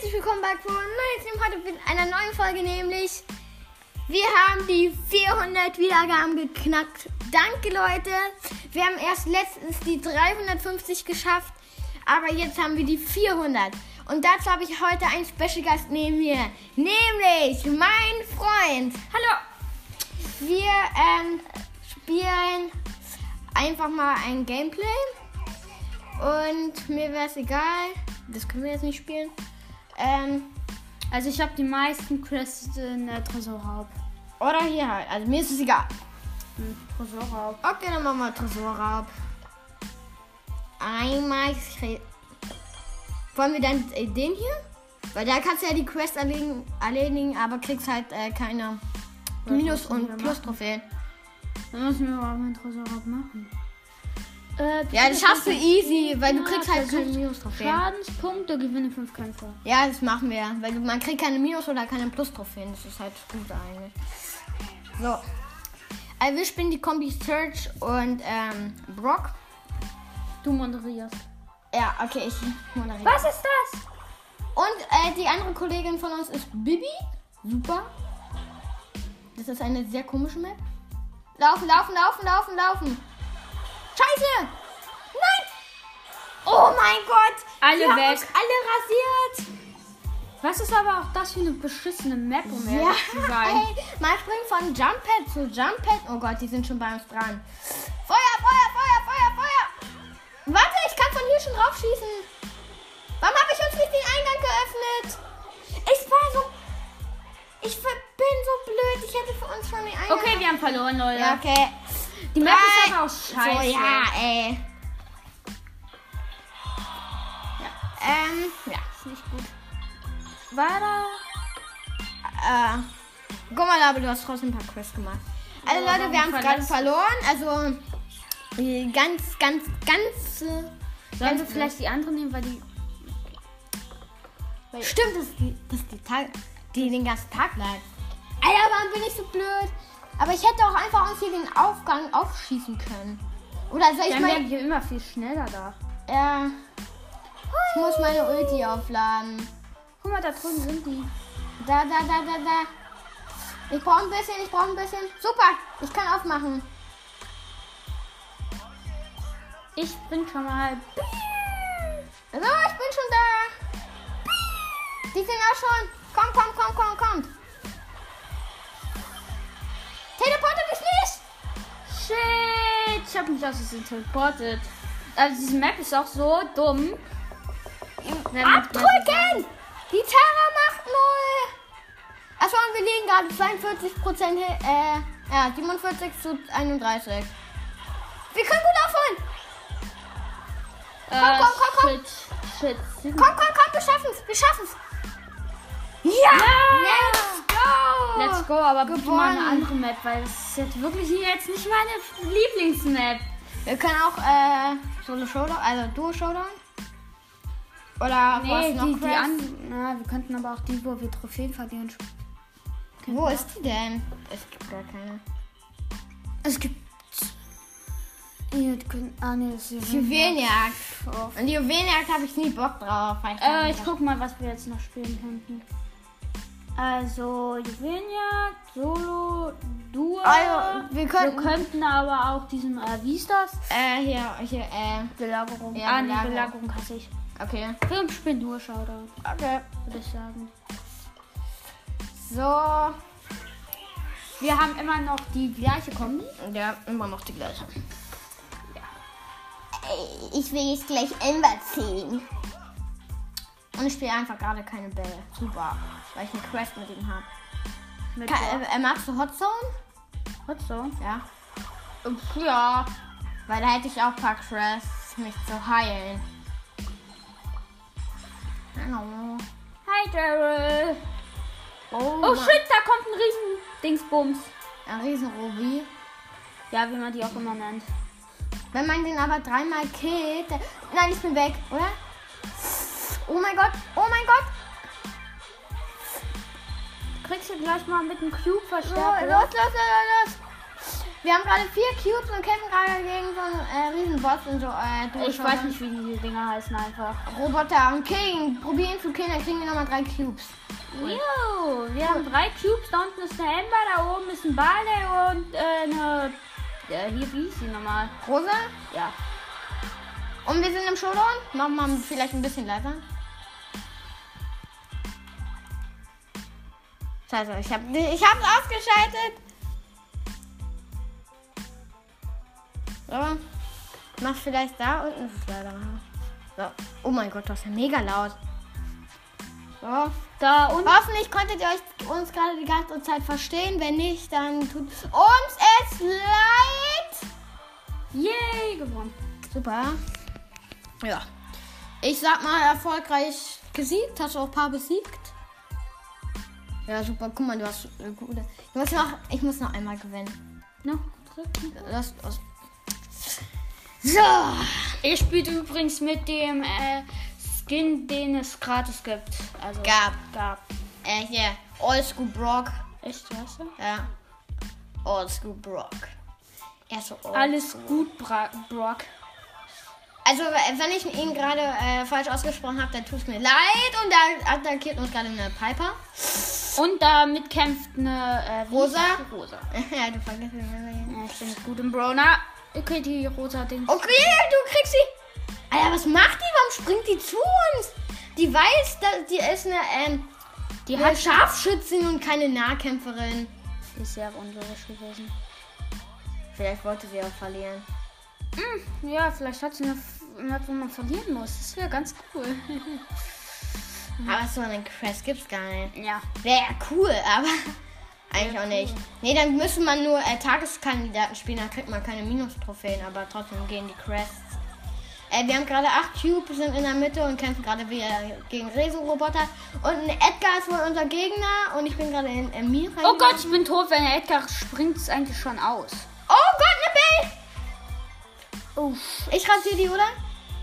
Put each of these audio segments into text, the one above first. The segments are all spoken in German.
herzlich willkommen bei Pro heute mit einer neuen Folge, nämlich wir haben die 400 Wiedergaben geknackt. Danke Leute, wir haben erst letztens die 350 geschafft, aber jetzt haben wir die 400. Und dazu habe ich heute einen Special Gast neben mir, nämlich mein Freund. Hallo! Wir spielen einfach mal ein Gameplay und mir wäre es egal, das können wir jetzt nicht spielen. Also ich habe die meisten Quests in der Tresorraub. Oder hier halt, also mir ist es egal. Tresorraub. Okay, dann machen wir Tresorraub. Einmal. Wollen wir dann den hier? Weil da kannst du ja die Quest erledigen, aber kriegst halt keine Minus- und Plus-Trophäen. Dann müssen wir aber einen Tresorraub machen. Ja, das schaffst du easy, weil du kriegst halt keine Minus-Trophäen. Schadenspunkte, gewinne 5 Kämpfe. Ja, das machen wir, weil man kriegt keine Minus- oder keine Plus-Trophäen. Das ist halt gut eigentlich. So. Also wir spielen die Kombi Search und Brock. Du moderierst. Ja, okay, ich moderiere. Was ist das? Und die andere Kollegin von uns ist Bibi. Super. Das ist eine sehr komische Map. Laufen. Scheiße! Nein! Oh mein Gott! Alle die haben weg. uns alle rasiert! Was ist aber auch das für eine beschissene Map, um Ja, ehrlich zu sein? ey, mal springen von Jump-Pad zu Jump-Pad. Oh Gott, die sind schon bei uns dran. Feuer! Warte, ich kann von hier schon drauf schießen. Warum habe ich uns nicht den Eingang geöffnet? Ich bin so blöd. Ich hätte für uns schon den Eingang. Okay, wir haben verloren, Leute. Ja, okay. Die Map ist aber auch scheiße. So, ja, ey. Ja, ist nicht gut. Weiter. Guck mal, aber du hast trotzdem ein paar Quests gemacht. Also Ja, Leute, wir haben es gerade verloren. Also die ganz. Sollen wir vielleicht die andere nehmen, weil die... Stimmt, das ist die den ganzen Tag bleibt. Alter, warum bin ich so blöd? Aber ich hätte auch einfach uns hier den Aufgang aufschießen können. Oder soll ich Dann mal... werden wir immer viel schneller da. Ja. Ich muss meine Ulti aufladen. Guck mal, da drüben sind die. Da. Ich brauche ein bisschen. Super, ich kann aufmachen. Ich bin schon mal... So, ich bin schon da. Die sind auch schon. Komm. Teleporte mich nicht. Shit, ich hab mich aus Versehen teleportet. Also diese Map ist auch so dumm. Abdrücken! Die Terra macht 0. Achso, und wir liegen gerade 42%, 47 zu 31. Wir können gut aufholen. Komm. Shit. Komm, wir schaffen's. Ja! Let's go, aber bitte mal eine Gewonnen. andere Map, weil es ist jetzt wirklich jetzt nicht meine Lieblingsmap. Wir können auch Solo Showdown, also Duo Showdown. Oder was noch? Wir könnten aber auch die, wo wir Trophäen verlieren. Wo ist die denn? Es gibt gar keine. Es gibt... das ist Juwelenjagd. Und die Juwelenjagd habe ich nie Bock drauf. Ich guck mal, was wir jetzt noch spielen könnten. Also, Juwelenjagd, Solo, Duo. Also, wir könnten aber auch diesen, wie ist das? Hier, Belagerung. Ja, Belagerung hasse ich. Okay. Wir spielen Duo Showdown, Okay. würde ich sagen. So. Wir haben immer noch die gleiche Kombi. Ja, immer noch die gleiche. Ich will jetzt gleich Ember ziehen. Und ich spiele einfach gerade keine Bälle. Super. Weil ich eine Quest mit ihm habe. Magst du Hot Zone? Was so? Ja. Ja. Weil da hätte ich auch ein paar Quests, mich zu heilen. Hallo. Hi, Daryl. Oh Shit, da kommt ein Riesen-Dingsbums. Ein Riesenrobi. Ja, wie man die auch immer nennt. Wenn man den aber 3-mal killt... Nein, ich bin weg, oder? Oh mein Gott. Kriegst du gleich mal mit dem Cube verstärkt, Los. oder? Wir Wir haben gerade 4 Cubes und kämpfen gerade gegen so einen Riesenboss in so Ich weiß nicht, wie diese Dinger heißen einfach. Roboter und killen. Probieren zu killen, dann kriegen wir nochmal 3 Cubes. Jo, wir haben 3 Cubes. Da unten ist eine Ember, da oben ist ein Barley und eine... hier, wie hieß sie nochmal? Rosa? Ja. Und wir sind im Showdown. Machen wir mal vielleicht ein bisschen leiser. Scheiße, ich hab's ausgeschaltet. So. Mach vielleicht da unten ist es leider. So. Oh mein Gott, das ist ja mega laut. So. Da unten. Hoffentlich konntet ihr uns gerade die ganze Zeit verstehen. Wenn nicht, dann tut uns es leid. Yay, gewonnen. Super. Ja. Ich sag mal, erfolgreich gesiegt. Hast du auch ein paar besiegt? Ja, super. Guck mal, du hast gute. Ich muss noch einmal gewinnen. Noch drücken. So. Ich spiele übrigens mit dem Skin, den es gratis gibt. Also Gab. Hier. Oldschool Brock. Echt, weißt du? Ja. Oldschool Brock. Er so Alles gut, Brock. Also, wenn ich ihn gerade falsch ausgesprochen habe, dann tut es mir leid. Und da attackiert uns gerade eine Piper. Und damit kämpft eine Rosa. Rosa. Ja, du vergisst ihn. Ja, ich bin gut im Brawler. Okay, die rosa Ding. Okay, du kriegst sie. Alter, was macht die? Warum springt die zu uns? Die weiß, dass die ist eine Scharfschützin und keine Nahkämpferin. Die ist sehr unlogisch gewesen. Vielleicht wollte sie auch verlieren. Ja, vielleicht hat sie eine Map, wo man verlieren muss. Das wäre ganz cool. Aber so einen Quest gibt's gar nicht. Ja. Wäre cool, aber eigentlich auch nicht. Nee, dann müsste man nur Tageskandidaten spielen, dann kriegt man keine Minus-Trophäen, aber trotzdem gehen die Quests. Wir haben gerade 8 Cubes, sind in der Mitte und kämpfen gerade wieder gegen Reso-Roboter. Und ein Edgar ist wohl unser Gegner und ich bin gerade in Mir rein. Oh Gott, ich bin tot. Wenn der Edgar springt, ist eigentlich schon aus. Oh Gott, eine Bell! Oh. Ich rasiere die, oder?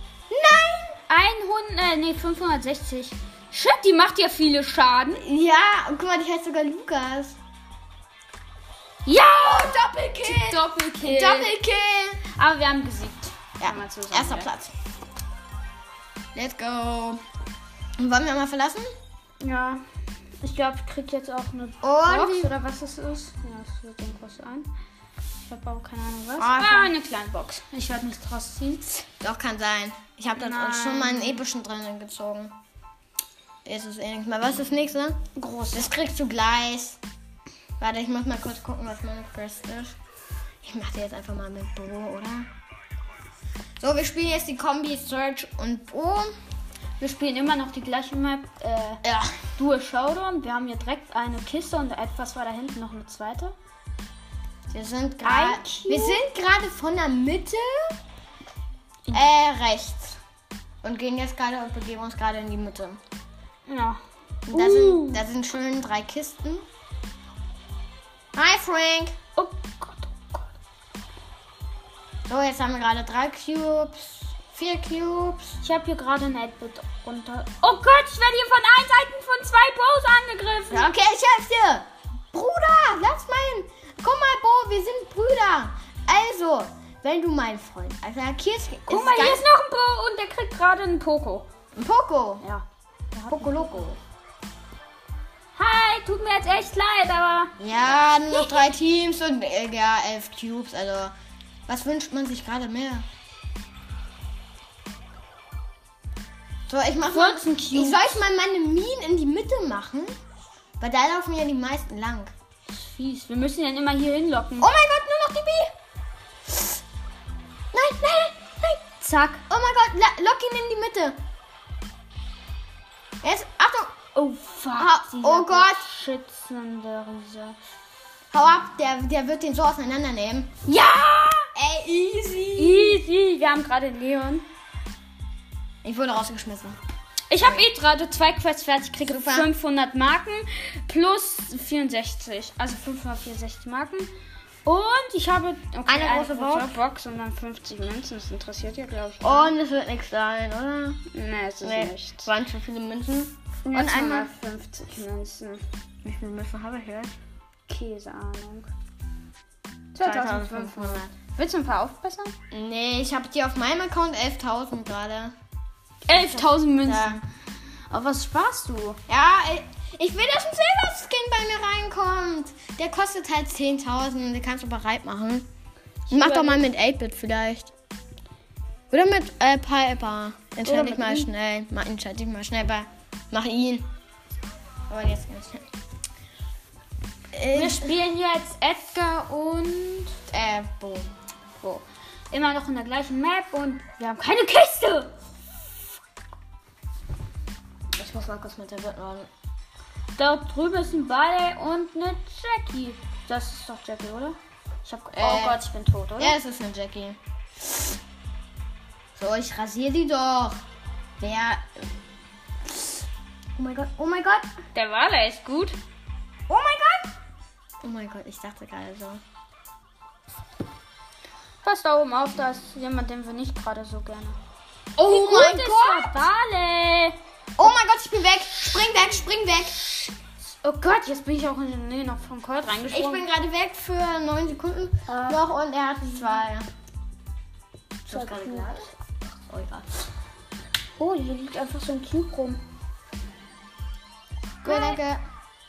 Nein! 560. Shit, die macht ja viele Schaden. Ja, und guck mal, die heißt sogar Lukas. Ja! Oh, Doppelkill! Doppelkill! Aber wir haben gesiegt. Ja, erster Platz. Let's go. Und wollen wir mal verlassen? Ja. Ich glaube, ich krieg jetzt auch eine Und Box oder was das ist. Ja, das wird irgendwas ein. Ich habe auch keine Ahnung was. Eine kleine Box. Ich werde nichts draus ziehen. Doch, kann sein. Ich habe dann schon mal einen epischen drin gezogen. Jetzt ist eh nichts mehr. Was ist das nächste? Groß. Das kriegst du gleich. Warte, ich muss mal kurz gucken, was meine Quest ist. Ich mache die jetzt einfach mal mit Bo, oder? So, wir spielen jetzt die Kombi Search und Bo. Wir spielen immer noch die gleiche Map. Ja. Dual Showdown. Wir haben hier direkt eine Kiste und etwas war da hinten noch eine zweite. Wir sind gerade von der Mitte rechts. Und gehen jetzt gerade und begeben uns gerade in die Mitte. Ja. Und da sind schön 3 Kisten. Hi Frank! Oh Gott, oh Gott. So, jetzt haben wir gerade 3 Cubes. 4 Cubes. Ich habe hier gerade ein 8-Bit runter. Oh Gott, ich werde hier von allen Seiten von 2 Bros angegriffen. Ja, okay, ich helfe dir. Bruder, lass mal. Guck mal, Bo, wir sind Brüder. Also, wenn du meinen Freund attackierst... Guck mal, hier ist noch ein Bo und der kriegt gerade einen Poco. Ein Poco? Ja. Poco Loco. Hi, tut mir jetzt echt leid, aber... Ja, nur noch 3 Teams und 11 Cubes. Also, was wünscht man sich gerade mehr? So, ich mach mal... Soll ich mal meine Minen in die Mitte machen? Weil da laufen ja die meisten lang. Fies. Wir müssen ihn immer hier hinlocken. Oh mein Gott, nur noch die B. Nein. Zack. Oh mein Gott, lock ihn in die Mitte. Jetzt, Achtung. Oh fuck. Oh Gott. Schützende Riese. Hau ab, der wird den so auseinandernehmen. Ja! Ey, easy. Easy. Wir haben gerade Leon. Ich wurde rausgeschmissen. Ich habe gerade 2 Quests fertig, kriege Super. 500 Marken plus 64, also 564 Marken. Und ich habe eine große Box und dann 50 Münzen. Das interessiert ja, glaube ich. Und es wird nichts sein, oder? Nee, es ist nicht. Es waren schon viele Münzen. Und Und einmal 50 Münzen. Wie viele Münzen habe ich jetzt? Keine Ahnung. 2500. Willst du ein paar aufbessern? Nee, ich habe die auf meinem Account 11.000 gerade. 11.000 Münzen. Ja. Auf was sparst du? Ja, ich will, dass ein Silber-Skin bei mir reinkommt. Der kostet halt 10.000. Den kannst du bereit machen. Mach doch mal mit 8-Bit vielleicht. Oder mit Piper. Entscheide ich mal schnell. Mach ihn. Aber jetzt ganz schnell. Wir spielen jetzt Edgar und Bo. Immer noch in der gleichen Map und wir haben keine Kiste. Ich muss mal kurz mit der Wirt laden. Dort drüben ist ein Barley und eine Jackie. Das ist doch Jackie, oder? Oh Gott, ich bin tot, oder? Ja, es ist eine Jackie. So, ich rasiere die doch. Wer... Oh mein Gott. Der Barley ist gut. Oh mein Gott, ich dachte gerade so. Pass da oben auf, da ist jemand, den wir nicht gerade so gerne. Oh mein Gott. Der Barley. Oh mein Gott, ich bin weg. Spring weg. Oh Gott, jetzt bin ich auch in die Nähe noch vom Colt Ich reingesprungen. bin gerade weg für 9 Sekunden noch und er hat 2. So gerade gleich. Oh, egal. Oh, hier liegt einfach so ein Cube rum. Gut, danke.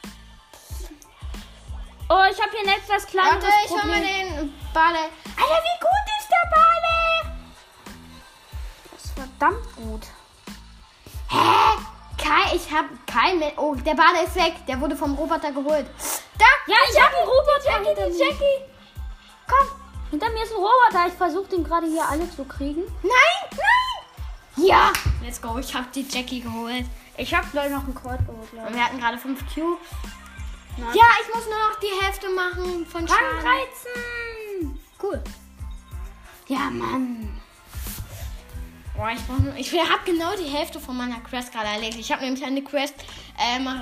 Oh, ich habe hier jetzt das kleine Warte, ich hol mir den Barley. Alter, wie gut ist der Barley? Das ist verdammt gut. Hä? Ich hab keinen mehr. Oh, der Barley ist weg. Der wurde vom Roboter geholt. Da! Ja, ich habe einen Roboter. Jackie! Komm! Hinter mir ist ein Roboter. Ich versuche den gerade hier alle zu kriegen. Nein! Ja! Let's go, ich hab die Jackie geholt. Ich habe gleich noch einen Colt geholt. Und wir hatten gerade 5 Cubes. Nein. Ja, ich muss nur noch die Hälfte machen von Rang Schaden. 13. Cool. Ja, Mann. Boah, ich habe genau die Hälfte von meiner Quest gerade erledigt. Ich habe nämlich eine Quest, mache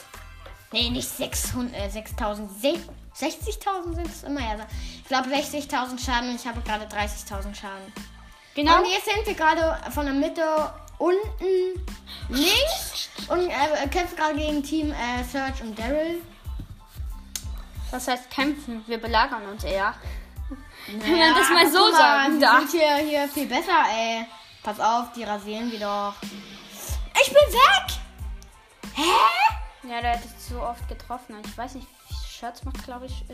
60.000 sind es immer, ja. Ich glaube 60.000 Schaden und ich habe gerade 30.000 Schaden. Genau. Und jetzt sind wir gerade von der Mitte unten links und kämpfen gerade gegen Team Serge und Daryl. Was heißt kämpfen? Wir belagern uns eher. Wenn man das mal so sagen darf. Die sind hier viel besser, ey. Pass auf, die rasieren wir doch. Ich bin weg! Hä? Ja, der hat dich so oft getroffen. Ich weiß nicht, Shirts macht, glaube ich.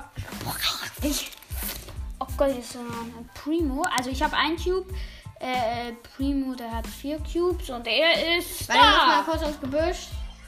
Oh Gott, ist so ein Primo. Also ich habe einen Cube. Primo, der hat 4 Cubes und er ist Warte, ich muss mal da. kurz ins Gebüsch.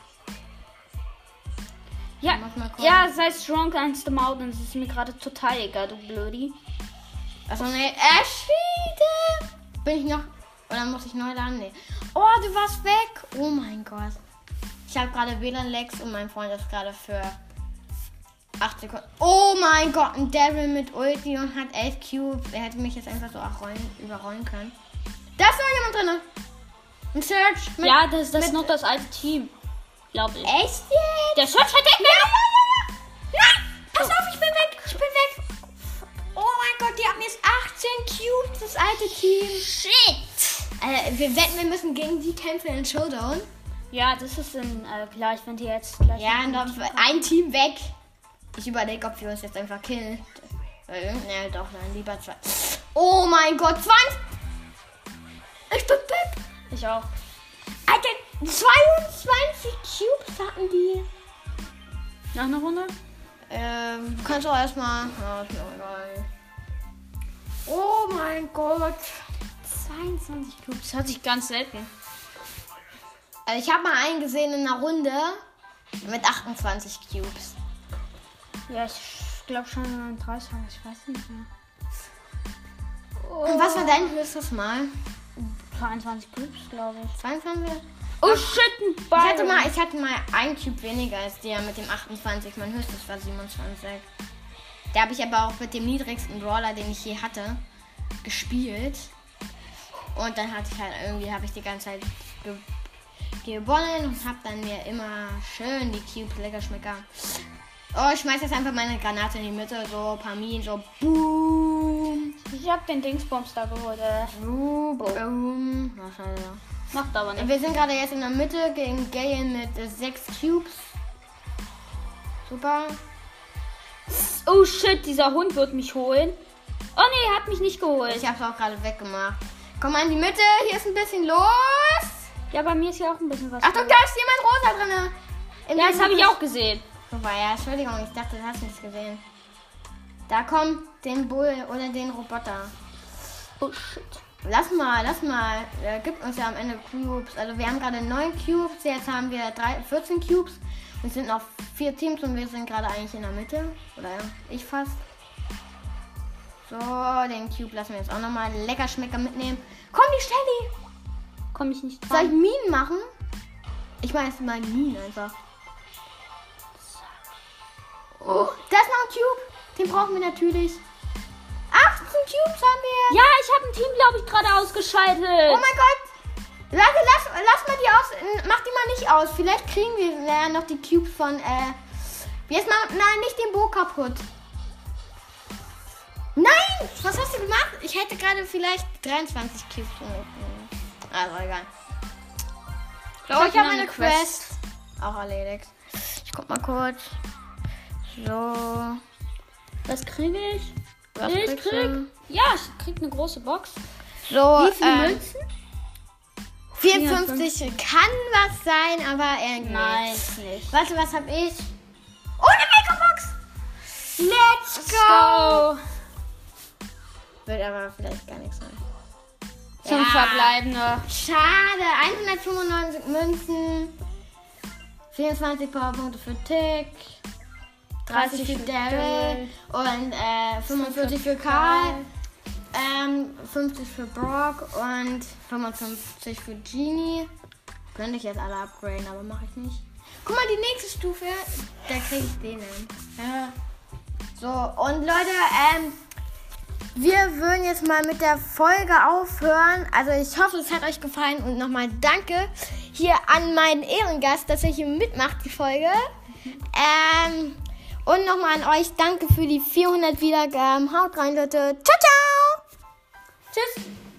Ja, Mach mal kurz. ja, sei strong against the mountains. Das ist mir gerade total egal, du Blödi. Achso, nee. Schiede! Bin ich noch... Oder muss ich neu laden? Nee. Oh, du warst weg. Oh mein Gott. Ich habe gerade WLAN-Lags und mein Freund ist gerade für 8 Sekunden. Oh mein Gott, ein Daryl mit Ulti und hat 11 Cubes. Er hätte mich jetzt einfach so überrollen können. Da ist noch jemand drin. Ein Search. Ja, das ist noch das alte Team. Glaube ich. Echt jetzt? Der Search hat den Ja. Nein! Pass auf, ich bin weg. Oh mein Gott, die haben jetzt 18 Cubes, das alte Team. Shit! Wir wetten, wir müssen gegen die kämpfen in Showdown. Ja, das ist gleich, wenn die jetzt gleich... Ja, noch ein Team weg. Ich überlege, ob wir uns jetzt einfach killen. Ne, doch, nein, lieber 2. Oh mein Gott, 20! Ich bin weg. Ich auch. Alter, 22 Cubes hatten die. Noch eine Runde? Du kannst auch erstmal... Ja, ist mir auch egal. Oh mein Gott. 22 Cubes. Das hat sich ganz selten. Also ich habe mal einen gesehen in einer Runde mit 28 Cubes. Ja, ich glaube schon 39, ich weiß nicht mehr. Und was war dein höchstes Mal? 22 Cubes, glaube ich. 22? Oh shit, ein Ich Ball. hatte mal ein Cube weniger als der mit dem 28. Mein höchstes war 27. Da habe ich aber auch mit dem niedrigsten Brawler, den ich je hatte, gespielt. Und dann hatte ich halt irgendwie, habe ich die ganze Zeit gewonnen und habe dann mir immer schön die Cubes lecker schmecker. Oh, ich schmeiß jetzt einfach meine Granate in die Mitte, so ein paar Minen, so boom. Ich hab den Dingsbums da geholt. Boom. Was soll das? Macht aber nicht. Wir sind gerade jetzt in der Mitte gegen Gale mit 6 Cubes. Super. Oh shit, dieser Hund wird mich holen. Oh nee, er hat mich nicht geholt. Ich hab's auch gerade weggemacht. Komm mal in die Mitte, hier ist ein bisschen los. Ja, bei mir ist ja auch ein bisschen was. Achtung, da ist jemand rosa drin. Ja, das habe ich auch gesehen. Wobei, ja, Entschuldigung, ich dachte, du hast nichts gesehen. Da kommt den Bull oder den Roboter. Oh shit. Lass mal. Der gibt uns ja am Ende Cubes. Also wir haben gerade 9 Cubes, jetzt haben wir 14 Cubes. Es sind noch 4 Teams und wir sind gerade eigentlich in der Mitte. Oder ich fast. So, den Cube lassen wir jetzt auch nochmal lecker Schmecker mitnehmen. Komm, die Shelly! Komm ich nicht Soll ich dran. Minen machen? Ich meine, es sind mal Minen einfach. Oh, da ist noch ein Cube. Den brauchen wir natürlich. 18 Cubes haben wir. Ja, ich habe ein Team, glaube ich, gerade ausgeschaltet. Oh mein Gott. Leute, lass mal die aus. Mach die mal nicht aus. Vielleicht kriegen wir ja noch die Cubes von, jetzt mal, nein, nicht den Bo kaputt. Nein! Was hast du gemacht? Ich hätte gerade vielleicht 23 Cubes. Also egal. So, ich habe meine Quest auch erledigt. Ich guck mal kurz. So. Was kriege ich? Was Ich kriegst krieg. du? Ja, ich krieg eine große Box. So, Wie viele Münzen? 54 kann was sein, aber irgendwie. Nein, nicht. Warte, was hab ich? Oh, eine Megabox! Let's go! Wird aber vielleicht gar nichts sein. 5 verbleibende. Schade, 195 Münzen, 24 Powerpunkte für Tick, 30 für Daryl und 45 für Karl, 50 für Brock und 55 für Genie. Könnte ich jetzt alle upgraden, aber mache ich nicht. Guck mal, die nächste Stufe, da kriege ich den. Ja. So, und Leute, wir würden jetzt mal mit der Folge aufhören. Also ich hoffe, es hat euch gefallen und nochmal danke hier an meinen Ehrengast, dass er hier mitmacht, die Folge. Und nochmal an euch, danke für die 400 Wiedergaben. Haut rein, Leute. Ciao, ciao. Tschüss.